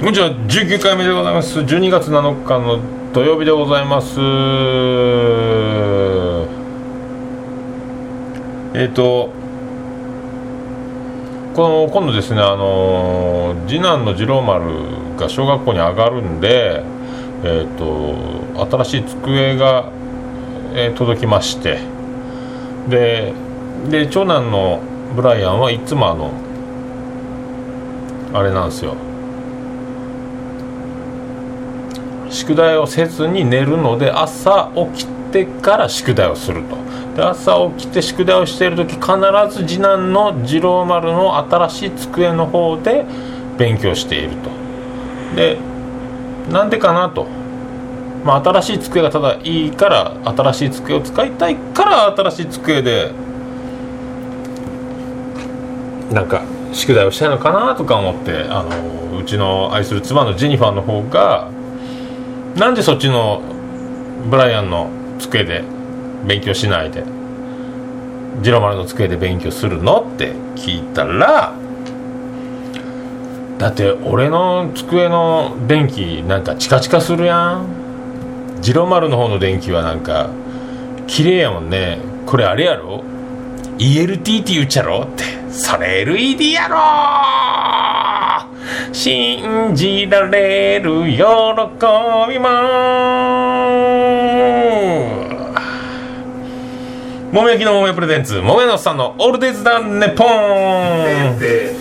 こんにちは、19回目でございます。12月7日の土曜日でございます。今度ですね、次男の次郎丸が小学校に上がるんで、新しい机が、届きまして、で長男のブライアンはいつもあれなんですよ、宿題をせずに寝るので、朝起きてから宿題をすると。で、朝起きて宿題をしているとき、必ず次男の次郎丸の新しい机の方で勉強していると。で、なんでかなと、新しい机がただいいから、新しい机を使いたいから新しい机でなんか宿題をしたいのかなとか思って、うちの愛する妻のジェニファーの方が、なんでそっちのブライアンの机で勉強しないで次郎丸の机で勉強するのって聞いたら、だって俺の机の電気なんかチカチカするやん、次郎丸の方の電気はなんか綺麗やもんね、これあれやろ ELT って言っちゃろって、それ LED やろ、信じられる喜びも。もめ焼きのもめプレゼンツ、もめのさんのオールデイズだネポン。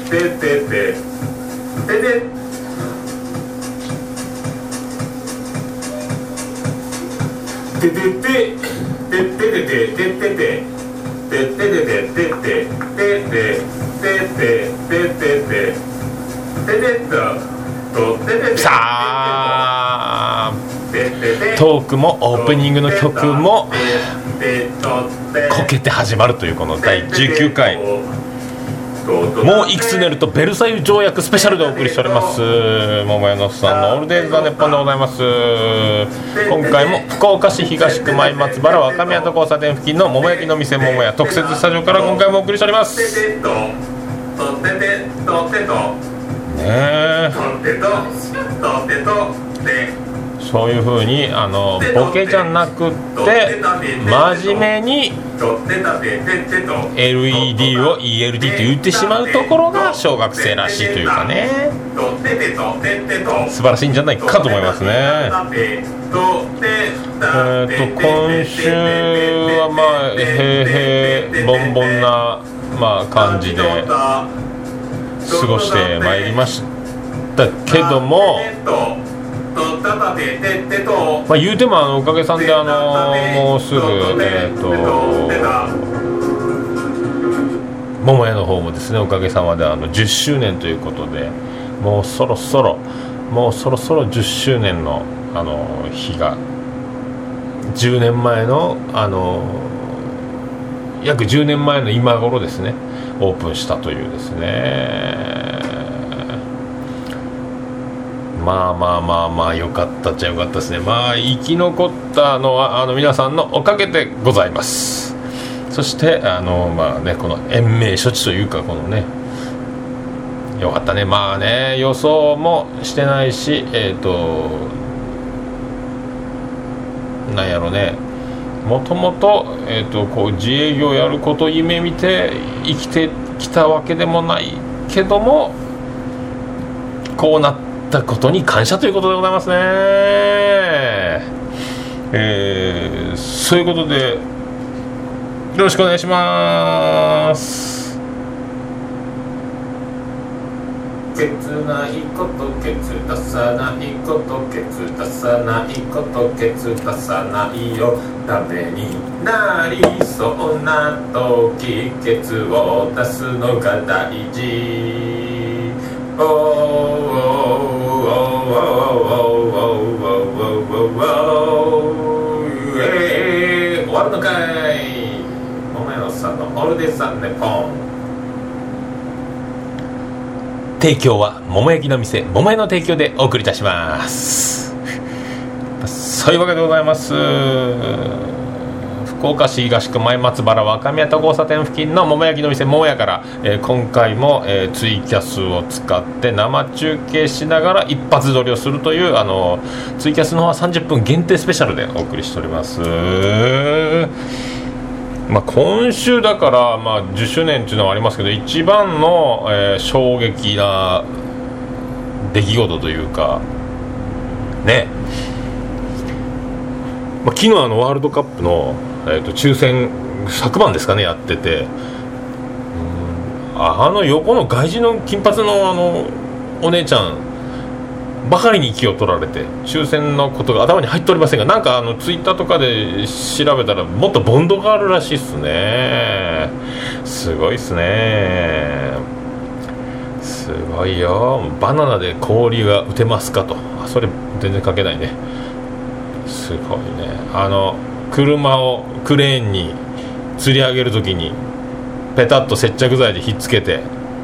さあ、トークもオープニングの曲もこけて始まるというこの第19回、もういくつ寝るとベルサイユ条約スペシャルでお送りしております桃屋のさんのオールデイズ・ザ・ネッポンでございます。今回も福岡市東区前松原若宮と交差点付近の桃焼きの店桃屋特設スタジオから今回もお送りしております。ねえ、そういう風にボケじゃなくって真面目に LED を ELD と言ってしまうところが小学生らしいというかね、素晴らしいんじゃないかと思いますね。今週は平々ボンボンな、感じで過ごしてまいりましたけども、言うてもおかげさんでもうすぐ桃屋の方もですね、おかげさまで10周年ということで、もうそろそろ10周年の日が10年前の約10年前の今頃ですね、オープンしたというですね、良かったっちゃ良かったですね。生き残ったのは皆さんのおかげでございます。そしてこの延命処置というか、このね、よかったね。予想もしてないし、なんやろね、もともとこう自営業やることを夢見て生きてきたわけでもないけども、こうなったことに感謝ということでございますね。そういうことでよろしくお願いします。ケツないことケツ出さないことケツ出さないことケツ出さないよ、ダメになりそうな時ケツを出すのが大事。終わるのかい、桃屋さんのオールデイズ・ザ・ネポン。提供は桃焼きの店桃屋の提供でお送りいたしますそういうわけでございます。福福岡市東区前松原若宮と交差点付近の桃焼きの店桃屋から、今回も、ツイキャスを使って生中継しながら一発撮りをするというツイキャスの方は30分限定スペシャルでお送りしております。今週だから、10周年っていうのはありますけど、一番の、衝撃な出来事というかね、昨日ワールドカップの、抽選昨晩ですかねやってて、横の外人の金髪のお姉ちゃんばかりに気を取られて抽選のことが頭に入っておりませんが、なんかツイッターとかで調べたらもっとボンドがあるらしいっすね。すごいっすね。すごいよ。バナナで氷が打てますかと。それ全然関係ないね。すごいね。車をクレーンに吊り上げるときにペタッと接着剤でひっつけて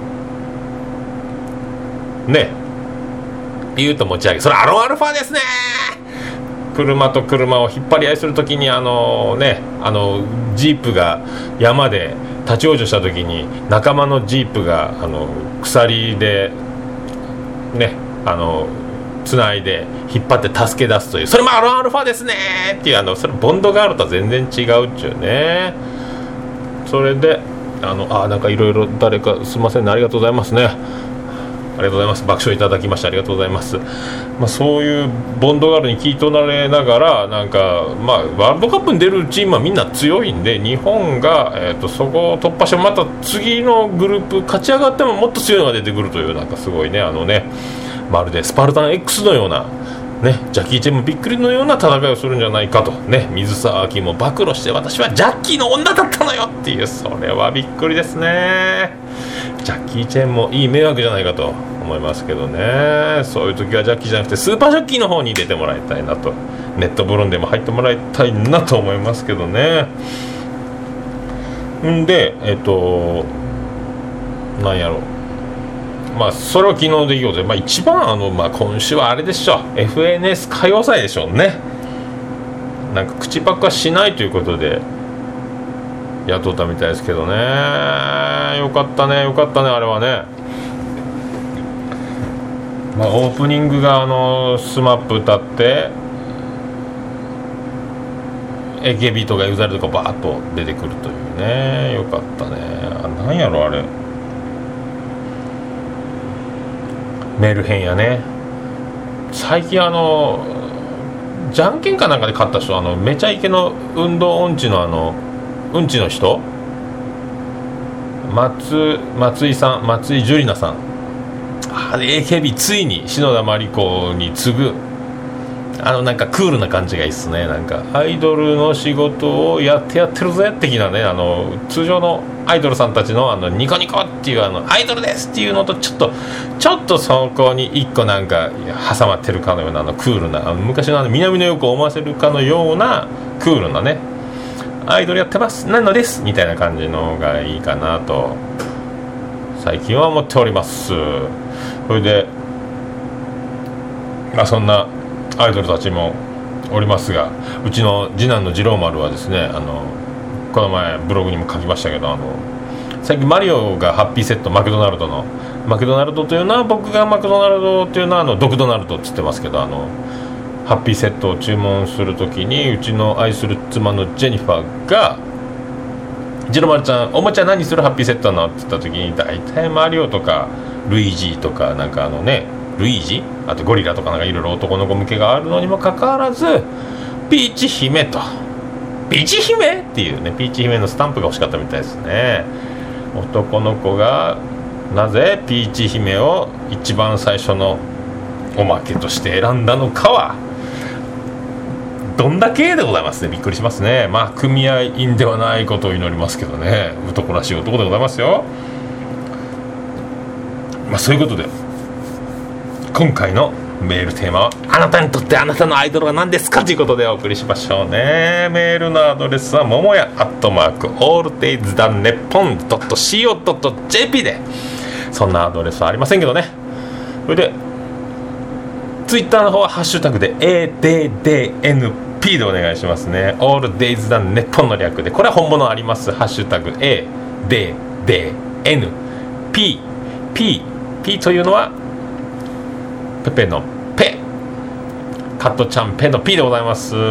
ね、ピューと持ち上げ、それアロンアルファですね。車と車を引っ張り合いするときにジープが山で立ち往生したときに仲間のジープが鎖でねつないで引っ張って助け出すという、それもアロンアルファですねっていうそれボンドガールとは全然違うっちゅうね。それでなんかいろいろ誰かすいませんね、ありがとうございますね、ありがとうございます。爆笑いただきましてありがとうございます。そういうボンドガールに聞いとられながらなんか、ワールドカップに出るチームはみんな強いんで、日本が、そこを突破してまた次のグループ勝ち上がってももっと強いのが出てくるという、なんかすごいねまるでスパルタン X のようなジャッキー・チェンもびっくりのような戦いをするんじゃないかと水沢明も暴露して、私はジャッキーの女だったのよっていう、それはびっくりですね。ジャッキー・チェンもいい迷惑じゃないかと思いますけどね。そういう時はジャッキーじゃなくてスーパージャッキーの方に出てもらいたいなと、ネットブロンでも入ってもらいたいなと思いますけどね。んでなんやろう、それは昨日の出来事で、一番今週はあれでしょ、FNS 歌謡祭でしょうね。なんか口パクはしないということで雇ったみたいですけどね。よかったねあれはね。オープニングがスマップ歌って AKB とか EXILE とかバーッと出てくるというね。よかったね。なんやろあれ、メルヘンやね。最近じゃんけんかなんかで勝った人、めちゃイケの運動音痴のうんちの人、松井さん、松井樹里奈さん、AKB ついに篠田麻里子に次ぐなんかクールな感じがいいっすね。なんかアイドルの仕事をやってるぜ的なね、通常のアイドルさんたちのニコニコっていうアイドルですっていうのとちょっとそこに一個なんか挟まってるかのようなクールな昔の南野陽子を思わせるかのようなクールなね、アイドルやってますなのですみたいな感じのがいいかなと最近は思っております。それでそんなアイドルたちもおりますが、うちの次男の次郎丸はですね、この前ブログにも書きましたけど、最近マリオがハッピーセット、マクドナルドというのは、僕がマクドナルドというのはドクドナルドって言ってますけど、ハッピーセットを注文するときにうちの愛する妻のジェニファーが、次郎丸ちゃんおもちゃ何するハッピーセットなのって言ったときに、大体マリオとかルイージとかなんかルイージ、あとゴリラとかなんかいろいろ男の子向けがあるのにもかかわらず、ピーチ姫とピーチ姫っていうね、ピーチ姫のスタンプが欲しかったみたいですね。男の子がなぜピーチ姫を一番最初のおまけとして選んだのかはどんだけでございますね。びっくりしますね。組合員ではないことを祈りますけどね、男らしい男でございますよ。そういうことで今回のメールテーマは、あなたにとってあなたのアイドルは何ですかということでお送りしましょうね。メールのアドレスはももや@alldaysdanneppon.co.jp で、そんなアドレスはありませんけどね。それでツイッターの方はハッシュタグで ADDNP P でお願いしますね。オールデイズだ日本の略で、これは本物あります。ハッシュタグ ADDNP というのはペペのペ、カットちゃんペの P でございます。ま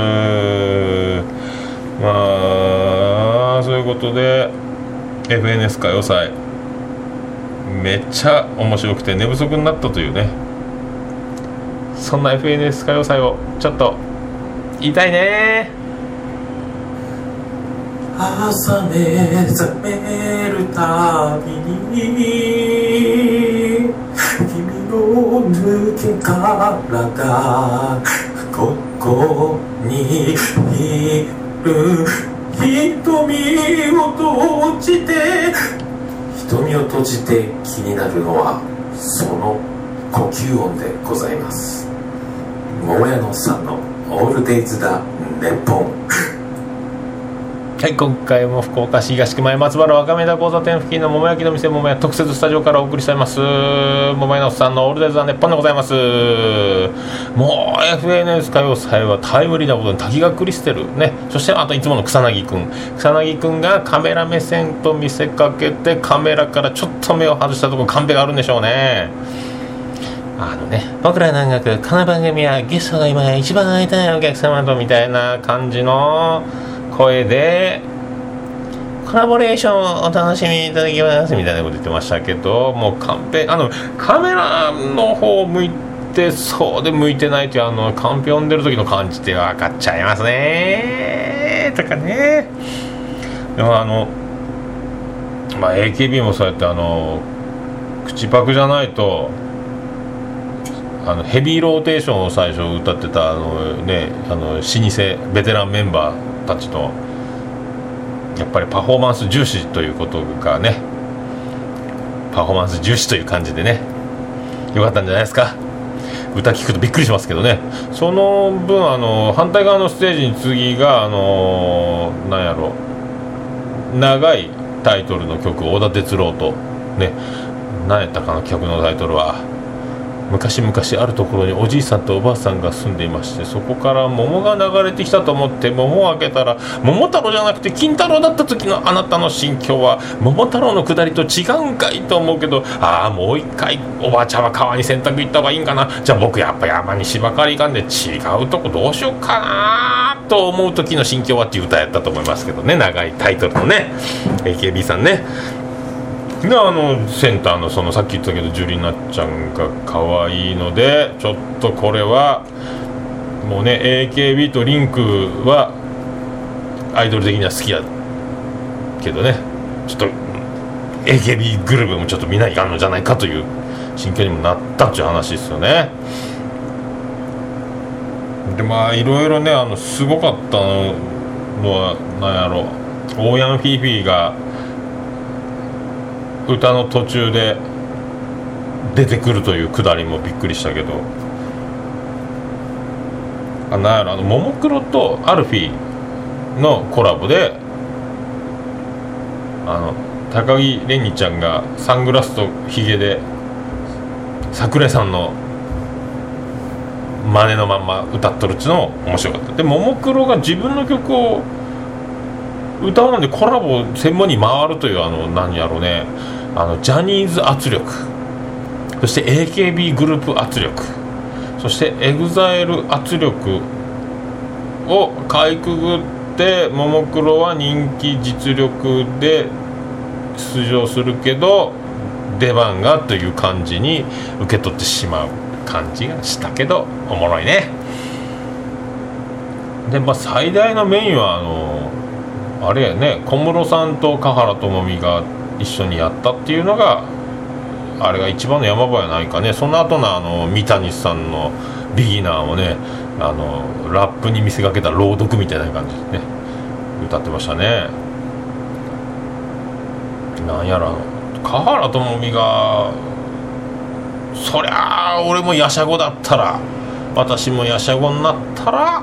あそういうことで FNS 歌謡祭めっちゃ面白くて寝不足になったというね、そんな FNS 歌謡祭をちょっと言いたいね。 朝目覚めるたびに君の抜け殻がここにいる。瞳を閉じて気になるのはその呼吸音でございます。桃屋のさんのオールデイズだ日本。 はい、今回も福岡市東区前松原若宮田交差点付近の桃焼きの店桃屋特設スタジオからお送りしています。桃屋のさんのオールデイズは日本でございます。もう FNS 歌謡祭はタイムリーなことに滝川クリステルね、そしてあといつもの草薙くんがカメラ目線と見せかけてカメラからちょっと目を外したところカンペがあるんでしょうね。僕らの音楽この番組はゲストが今一番会いたいお客様とみたいな感じの声でコラボレーションをお楽しみいただきますみたいなこと言ってましたけど、もうカンペカメラの方を向いてそうで向いてないというカンペ読んでる時の感じって分かっちゃいますねとかね。でもAKB もそうやって口パクじゃないとヘビーローテーションを最初歌ってた老舗ベテランメンバーたちとやっぱりパフォーマンス重視ということがね、パフォーマンス重視という感じでねよかったんじゃないですか。歌聞くとびっくりしますけどね。その分反対側のステージに次が長いタイトルの曲を小田哲郎とね、何やったかな曲のタイトルは昔々あるところにおじいさんとおばあさんが住んでいまして、そこから桃が流れてきたと思って桃を開けたら桃太郎じゃなくて金太郎だった時のあなたの心境は桃太郎のくだりと違うんかいと思うけど、もう一回おばあちゃんは川に洗濯行った方がいいんかな、じゃあ僕やっぱ山に芝刈り行かんで違うとこどうしようかなと思う時の心境はっていう歌やったと思いますけどね、長いタイトルのね AKB さんね。でセンターのそのさっき言ったけどジュリナちゃんが可愛いので、ちょっとこれはもうね AKB とリンクはアイドル的には好きやけどね、ちょっと AKB グループもちょっと見ないかんのじゃないかという心境にもなったっていう話ですよね。でいろいろねすごかったのはオーヤンフィーフィーが歌の途中で出てくるというくだりもびっくりしたけど、ももクロとアルフィーのコラボで高木れにちゃんがサングラスとヒゲで桜井さんの真似のまんま歌っとるっちゅうのも面白かった。でももクロが自分の曲を歌うのでコラボ専門に回るというジャニーズ圧力、そして AKB グループ圧力、そして EXILE 圧力をかいくぐってももクロは人気実力で出場するけど出番がという感じに受け取ってしまう感じがしたけどおもろいね。で最大のメインはあれやね、小室さんと華原朋美が一緒にやったっていうのがあれが一番の山場やないかね。その後の三谷さんのビギナーをねラップに見せかけた朗読みたいな感じでね歌ってましたね。なんやら華原朋美がそりゃあ俺もやしゃごだったら私もやしゃごになったら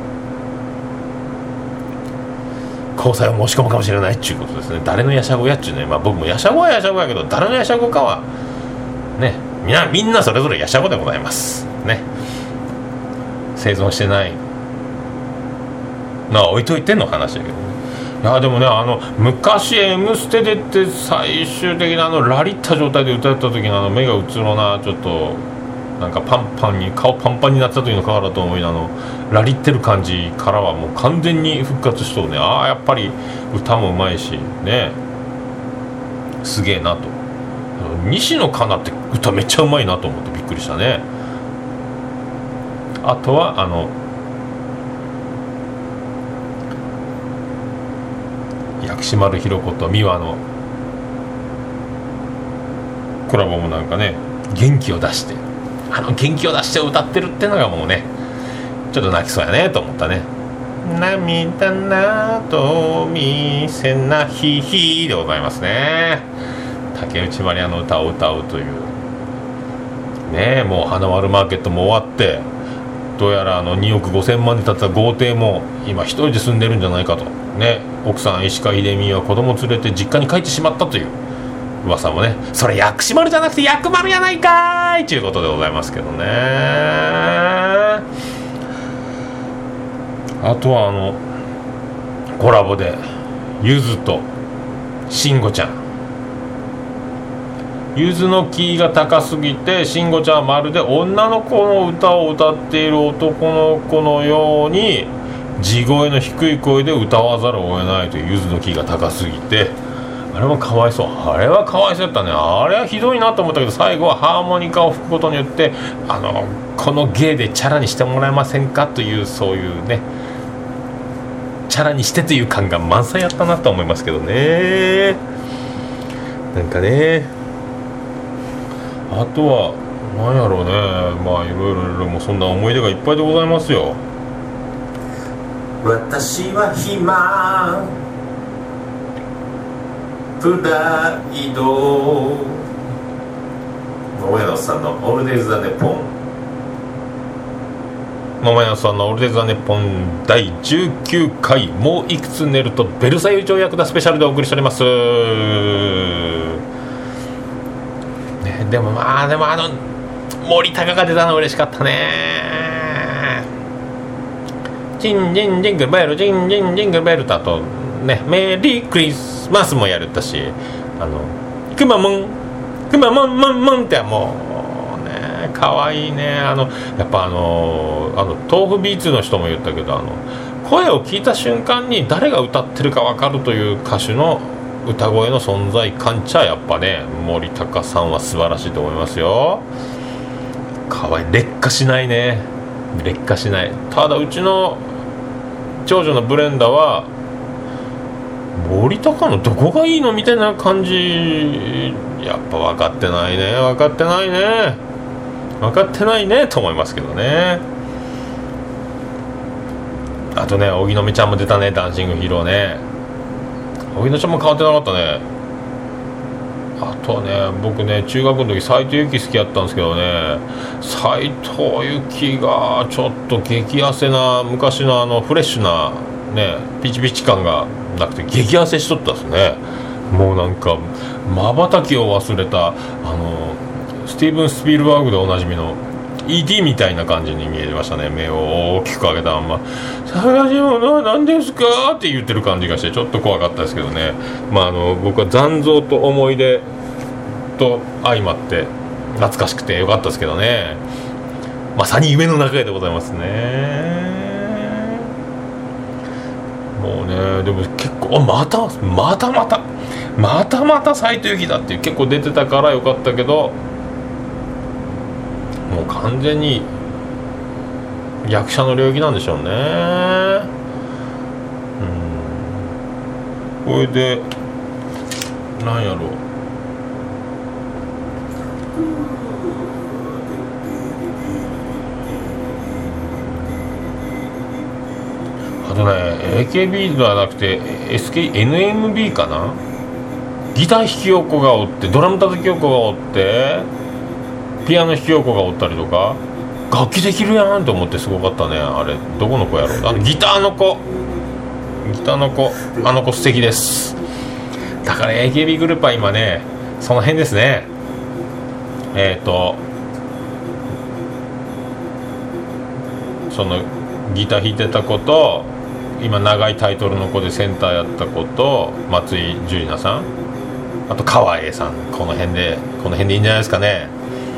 交際を申し込むかもしれないっていうことですね。誰のやしゃごやっちゅうね、僕もやしゃごはやしゃごやけど誰のやしゃごかはねみんなそれぞれやしゃごでございますね。生存してない置いといての話だけどね。いやでもね昔 M ステ出て最終的なラリった状態で歌った時の目がうつろなちょっとなんか顔パンパンになってた時の川原と思いラリってる感じからはもう完全に復活しとうね。やっぱり歌もうまいしね、すげえなと。西野カナって歌めっちゃうまいなと思ってびっくりしたね。あとは薬師丸ひろ子と美和のコラボもなんかね元気を出して歌ってるってのがもうねちょっと泣きそうやねと思ったね。涙など見せなひひでございますね。竹内まりやの歌を歌うというね。もう花丸マーケットも終わってどうやら2億5000万で建てた豪邸も今一人で住んでるんじゃないかとね。奥さん石川秀美は子供連れて実家に帰ってしまったという噂もね。それ薬師丸じゃなくて薬丸やないかーいということでございますけどね。あとはコラボでゆずと慎吾ちゃん、ゆずのキーが高すぎて慎吾ちゃんはまるで女の子の歌を歌っている男の子のように地声の低い声で歌わざるを得ないという。ゆずのキーが高すぎてあれもかわいそう。あれはかわいそうだったね。あれはひどいなと思ったけど最後はハーモニカを吹くことによってこの芸でチャラにしてもらえませんかというそういうねチャラにしてという感が満載やったなと思いますけどね。なんかねあとは何やろうね。まあいろいろもうそんな思い出がいっぱいでございますよ。 私は暇プライド桃屋さんのオールデイズ・ザ・ネッポン。 桃屋さんのオールデイズ・ザ・ネッポン第19回もういくつ寝るとベルサイユ条約だスペシャルでお送りしております、ね。でも森高が出たの嬉しかったね。ジンジンジングルベルジンジンジングルベルとあとねメリークリスマスもやるったしくまモンモンモンってもうねかわいいね。やっぱ豆腐ビーツの人も言ったけど声を聞いた瞬間に誰が歌ってるか分かるという歌手の歌声の存在感ちゃやっぱね森高さんは素晴らしいと思いますよ。かわいい。劣化しないね。劣化しない。ただうちの長女のブレンダは森高のどこがいいのみたいな感じやっぱ分かってないねと思いますけどね。あとね荻野目ちゃんも出たね。ダンシングヒーローね。荻野ちゃんも変わってなかったね。あとはね僕ね中学の時斉藤由貴好きやったんですけどね斉藤由貴がちょっと激痩せな昔のフレッシュなねピチピチ感がなくて激痩せしとったですね。もうなんか瞬きを忘れたスティーブン・スピルバーグでおなじみの E.T. みたいな感じに見えましたね。目を大きく開けたまんま探し物は何ですかって言ってる感じがしてちょっと怖かったですけどね。僕は残像と思い出と相まって懐かしくてよかったですけどね。まさに夢の中へでございますね。もうねでも結構また斉藤由貴だっていう結構出てたからよかったけどもう完全に役者の領域なんでしょうね。これでなんやろうあとね AKB ではなくて NMB かな。ギター弾き横がおってドラム叩き横がおってピアノ弾き横がおったりとか楽器できるやんと思ってすごかったね。あれどこの子やろう。ギターの子あの子素敵です。だから AKB グループは今ねその辺ですね。そのギター弾いてた子と今長いタイトルの子でセンターやった子と松井樹里奈さん、あと川栄さん、この辺でいいんじゃないですかね。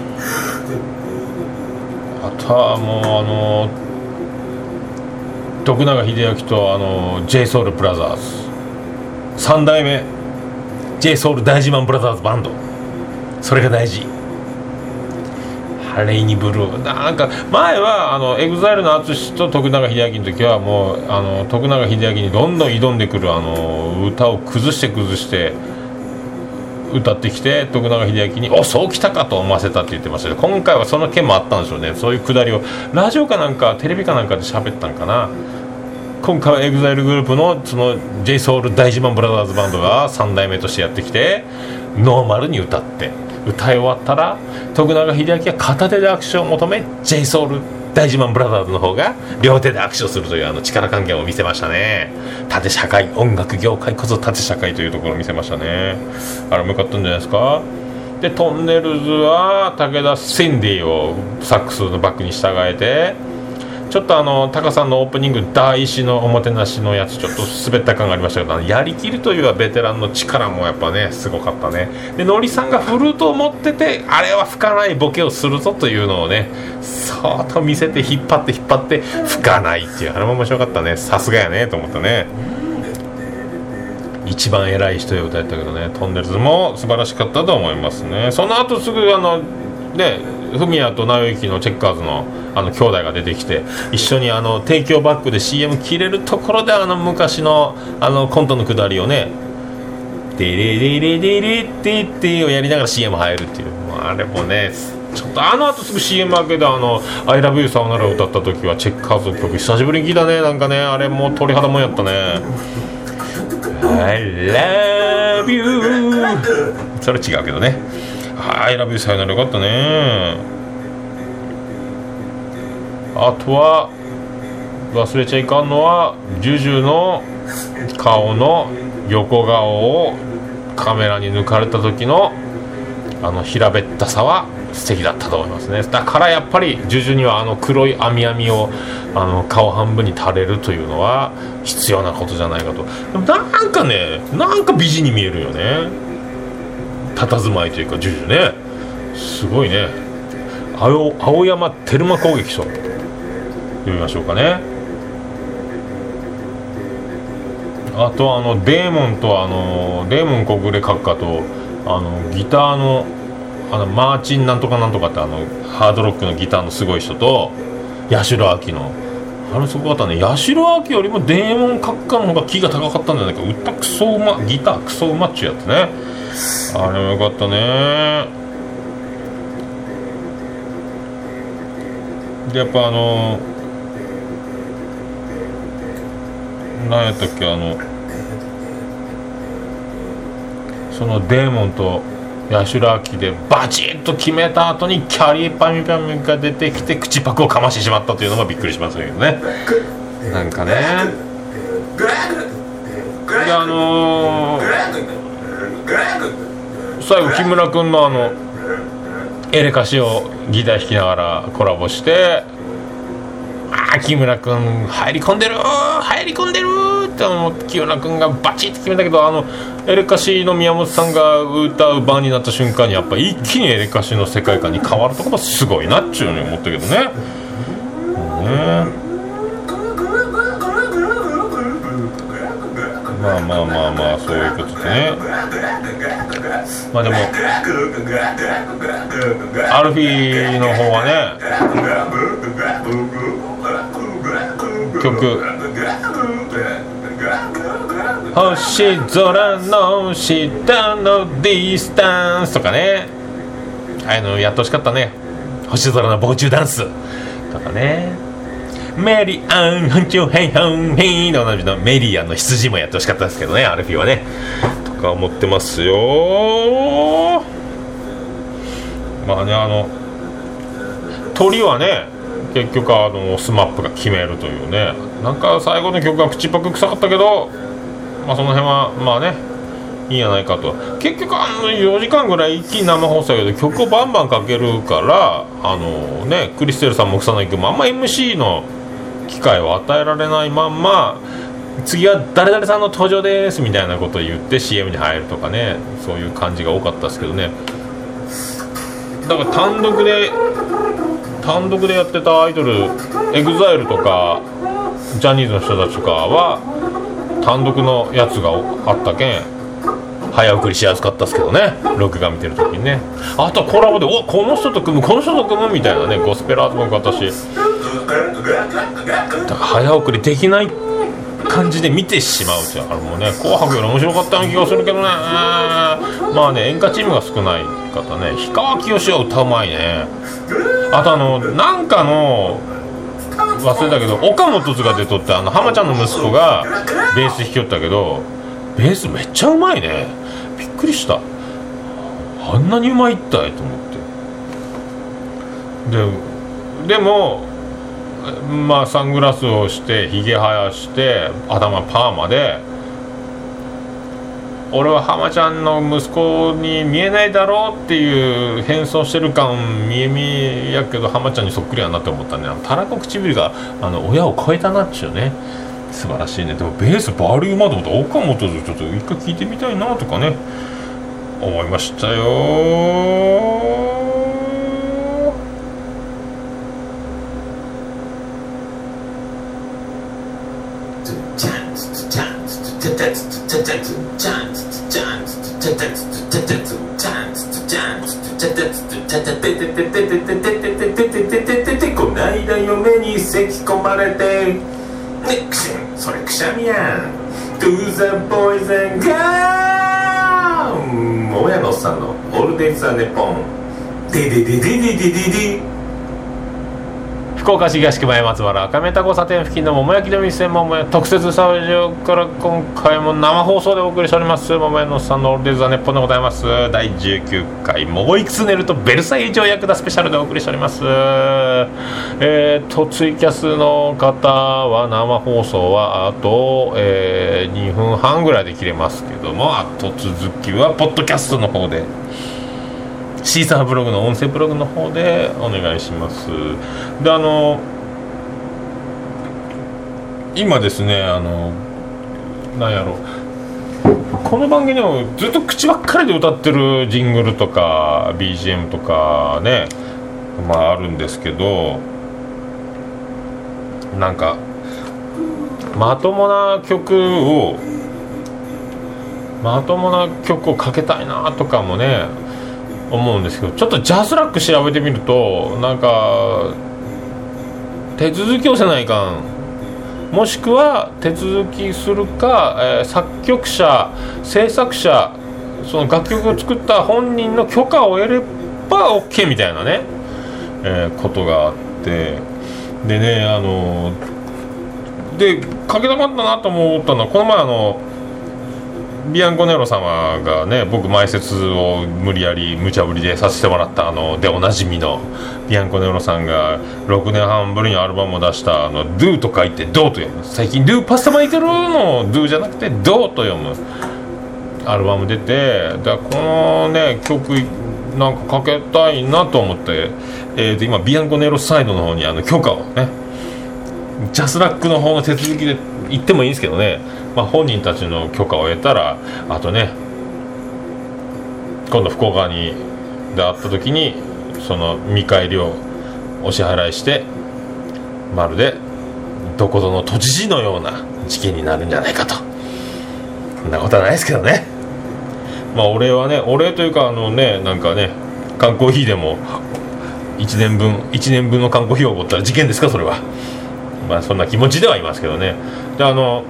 あとはもう徳永英明とJSOULブラザーズ3代目 JSOUL 大自慢ブラザーズバンド、それが大事。ハレイニブルー、なんか前はEXILE の淳と徳永英明の時はもう徳永英明にどんどん挑んでくる歌を崩して歌ってきて、徳永英明におそうきたかと思わせたって言ってましたけど、今回はその件もあったんでしょうね。そういうくだりをラジオかなんかテレビかなんかで喋ったんかな。今回は EXILE グループのその JSOUL 大自慢ブラザーズバンドが3代目としてやってきてノーマルに歌って歌い終わったら徳永英明が片手で握手を求め JSOUL 大自慢ブラザーズの方が両手で握手をするという力関係を見せましたね。縦社会、音楽業界こそ縦社会というところを見せましたね。あれもよかったんじゃないですか。でトンネルズは武田シンディをサックスのバックに従えて、ちょっとタカさんのオープニング大石のおもてなしのやつちょっと滑った感がありましたけど、やりきるというベテランの力もやっぱねすごかったね。でノリさんがフルートを持っててあれは吹かないボケをするぞというのをねそーっと見せて引っ張って吹かないっていう、あれも面白かったね。さすがやねと思ったね。一番偉い人よ歌やったけどね、トンネルズも素晴らしかったと思いますね。その後すぐフミヤと直之のチェッカーズの兄弟が出てきて一緒に提供バックで CM 切れるところで昔のコントのくだりをねデレレレレレテテをやりながら CM 入るっていう、あれもねちょっと後すぐ CM 明けでI love you さよならを歌った時はチェッカーズの曲久しぶりに聞いたね。なんかねあれも鳥肌もんやったね。I love you それ違うけどね。I love you さよならよかったね。あとは忘れちゃいかんのはジュジュの顔の横顔をカメラに抜かれた時の平べったさは素敵だったと思いますね。だからやっぱりジュジュには黒い網網を顔半分に垂れるというのは必要なことじゃないかと。でもなんかね美人に見えるよね。佇まいというかジュジュねすごいね。青山テルマ攻撃と読みましょうかね。あとデーモンとデーモン小暮閣下とギターのマーチンなんとかなんとかってハードロックのギターのすごい人と八代亜紀のすごかったね。八代亜紀よりもデーモン閣下の方がキーが高かったんじゃないか。歌クソうまギタークソうまっちゅうやつね。あれもよかったね。でやっぱ何やったっけそのデーモンと八代亜紀でバチッと決めた後にキャリーパミュパミュが出てきて口パクをかましてしまったというのもびっくりしますけどね。なんかねで最後木村君のエレカシをギター弾きながらコラボして、木村君入り込んでるって木村君がバチッと決めたけどエレカシの宮本さんが歌う番になった瞬間にやっぱ一気にエレカシの世界観に変わるところがすごいなっちゅうに思ったけどね。まあそういうことでね。まあでもアルフィーの方はね曲星空の下のディスタンスとかねやってほしかったね。星空の防虫ダンスとかね。メリアンハンチョヘイハンヘイの同じのメリアンの羊もやってほしかったですけどねアルフィーはねとか思ってますよ。まあね鳥はね結局スマップが決めるというね。なんか最後の曲が口パク臭かったけどその辺はまあねいいんじゃないかと。結局4時間ぐらい一気に生放送だけど曲をバンバンかけるからクリステルさんも草薙君もあんま MC の機会を与えられないまんま次は誰々さんの登場ですみたいなことを言って CM に入るとかね、そういう感じが多かったですけどね。だから単独でやってたアイドル EXILE とかジャニーズの人たちとかは単独のやつがあったけん早送りしやすかったですけどね、録画見てる時にね。あとコラボでこの人と組むみたいなね、ゴスペラーズもよかったし、だから早送りできない感じで見てしまうっていうのはもうね、紅白より面白かったような気がするけどね。まあね、演歌チームが少ない方ね、氷川きよしは歌うまいね。あとなんかの忘れたけど岡本図が出とって浜ちゃんの息子がベース弾きよったけど、ベースめっちゃうまいね。びっくりした、あんなにうまいったいと思って。でもまあサングラスをしてひげ生やして頭パーマで、俺は浜ちゃんの息子に見えないだろうっていう変装してる感見え見えやけど浜ちゃんにそっくりやなって思ったね。たらこ唇が親を超えたなっちゅうね、素晴らしいね。でもベースバリうまと思った岡本図ちょっと一回聞いてみたいなとかね思いましたよ。 こないだ嫁に咳込まれてそれくしゃみやん To the boys and girls 親のさんのオールデイズ・ザ・ネポンデデデデデデデデ。 福岡市東区前松原赤目田交差点付近の桃焼きの店桃屋特設スタジオから今回も生放送でお送りしております桃屋のさんのオールデイズ・ザ・ネポンでございます。第19回もういくつ寝るとベルサイユ条約だスペシャルでお送りしております。ツイキャスの方は生放送はあと、2分半ぐらいで切れますけども、あと続きはポッドキャストの方でシーサーブログの音声ブログの方でお願いします。で今ですねなんやろ、この番組でもずっと口ばっかりで歌ってるジングルとか BGM とかねあるんですけど、なんかまともな曲をかけたいなとかもね思うんですけど、ちょっとジャスラック調べてみるとなんか手続きをせないかん、もしくは手続きするか、作曲者制作者その楽曲を作った本人の許可を得れば OK みたいなね、ことがあって、でねでかけたかったなと思ったのはこの前ビアンコネロ様がね、僕前説を無理やり無茶ぶりでさせてもらったでおなじみのビアンコネロさんが6年半ぶりにアルバムを出したDo と書いて Do と読む、最近 Do パスタマイケルの Do じゃなくて Do と読むアルバム出て、だこのね曲なんかかけたいなと思って、今ビアンコネロサイドの方に許可をねジャスラックの方の手続きで行ってもいいんですけどね、本人たちの許可を得たらあとね今度福岡で会った時にその見返りをお支払いしてまるでどこぞの都知事のような事件になるんじゃないかと。そんなことはないですけどね。俺はね、お礼というかなんかね缶コーヒーでも1年分の缶コーヒーをおごったら事件ですかそれは。そんな気持ちではいますけどね。で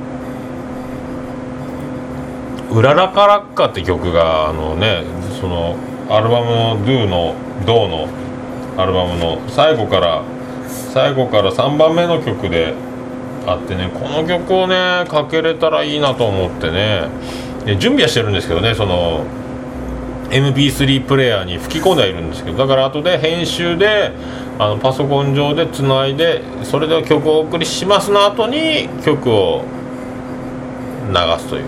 うららからっかって曲がそのアルバムの Do のアルバムの最後から3番目の曲であってね、この曲をねかけれたらいいなと思ってね準備はしてるんですけどね、その MP3 プレイヤーに吹き込んではいるんですけど、だから後で編集でパソコン上でつないでそれで曲をお送りしますの後に曲を流すという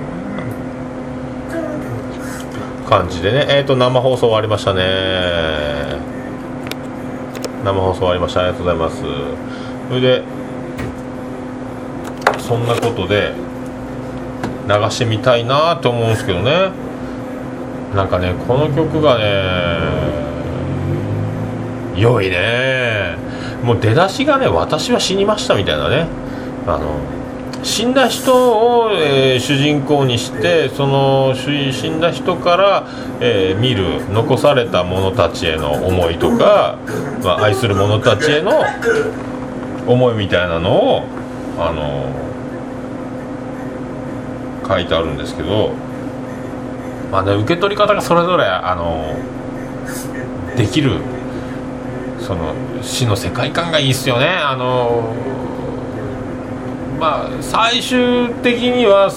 感じでね、生放送終わりましたね。生放送終わりました。ありがとうございます。それでそんなことで流してみたいなと思うんですけどね。なんかねこの曲がね良いね。もう出だしがね私は死にましたみたいなね、死んだ人を、主人公にしてその死んだ人から、見る残された者たちへの思いとか、愛する者たちへの思いみたいなのを書いてあるんですけど、受け取り方がそれぞれできるその詩の世界観がいいっすよね。最終的には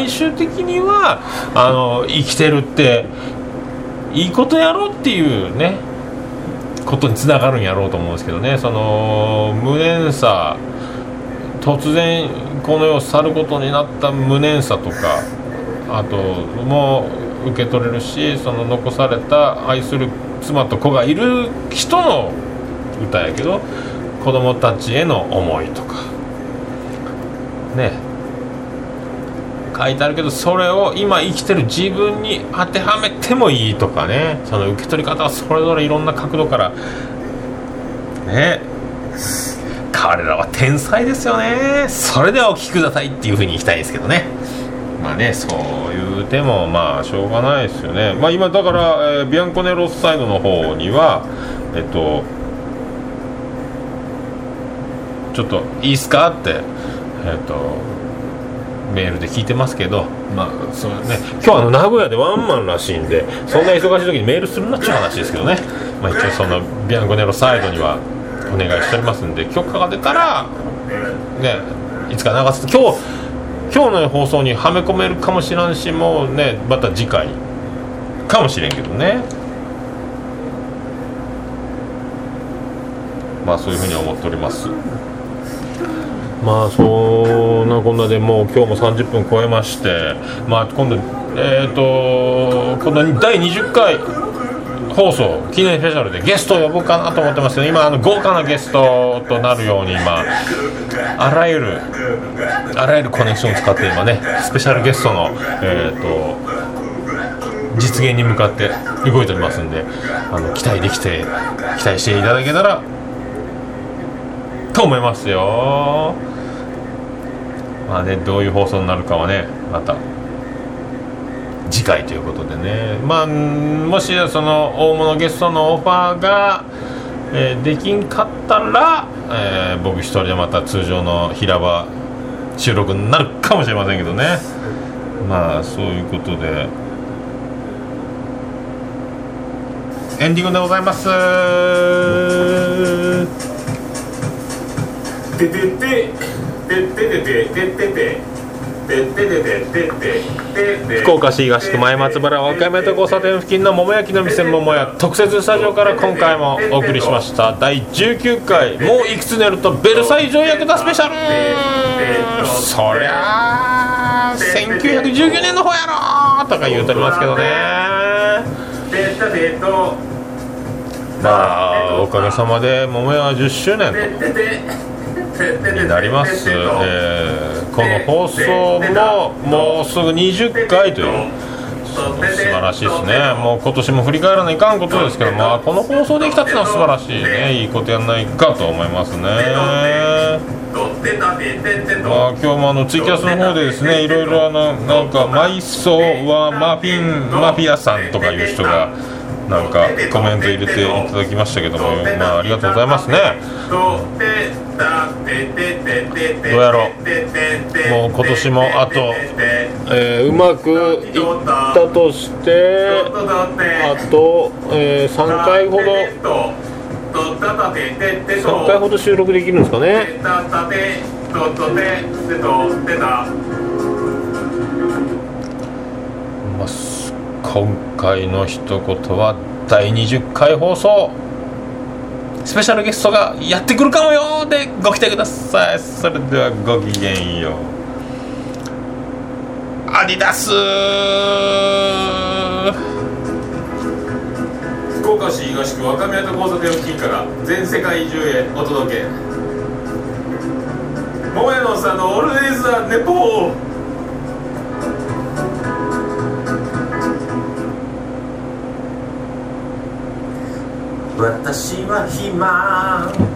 生きてるっていいことやろうっていうねことにつながるんやろうと思うんですけどね。その無念さ、突然この世を去ることになった無念さとか、あともう受け取れるし、その残された愛する妻と子がいる人の歌やけど、子供たちへの思いとかね書いてあるけど、それを今生きてる自分に当てはめてもいいとかね、その受け取り方はそれぞれいろんな角度からね。彼らは天才ですよね。それではお聴きくださいっていう風にいきたいですけどね。そういう手もしょうがないですよね。今だから、ビアンコネロスサイドの方にはちょっといいっすかってメールで聞いてますけど、そうね、今日名古屋でワンマンらしいんで、そんな忙しい時にメールするなっちゅう話ですけどね。一応そのビアンコネロサイドにはお願いしておりますんで、許可が出たらねいつか流す。今日の放送にはめ込めるかもしれんし、もうねまた次回かもしれんけどね。そういうふうに思っております。そんなこんなでもう今日も30分超えまして、今度今度第20回放送記念スペシャルでゲストを呼ぼうかなと思ってますけど、今豪華なゲストとなるようにあらゆるコネクションを使って今ねスペシャルゲストの実現に向かって動いておりますんで、期待していただけたらと思いますよ。どういう放送になるかはねまた次回ということでね。もしその大物ゲストのオファーが、できんかったら、僕一人でまた通常の平場収録になるかもしれませんけどね。そういうことでエンディングでございます。福岡市東区前松原若山と交差点付近の桃焼きの店桃屋特設スタジオから今回もお送りしました第19回もういくつ寝るとベルサイユ条約だスペシャル。そりゃあ1919年の方やろとか言うとりますけどね。おかげさまで桃屋は10周年になります。この放送ももうすぐ20回という素晴らしいですね。もう今年も振り返らないかんことですけど、この放送できたっていうのは素晴らしいね、いいことやんないかと思いますね。今日もツイキャスの方でですね、いろいろなんかマイソはマフィアさんとかいう人がなんかコメント入れていただきましたけども、ありがとうございますね。どうやろう、もう今年もあと、うまくいったとしてあと、3回ほど収録できるんですかね。今回の一言は第20回放送スペシャルゲストがやってくるかもよでご期待ください。それではごきげんよう。アディダス。福岡市東区若宮と交差点付近から全世界中へお届け。 桃屋のさんのオールデイズ・ザ・ネポー。私は暇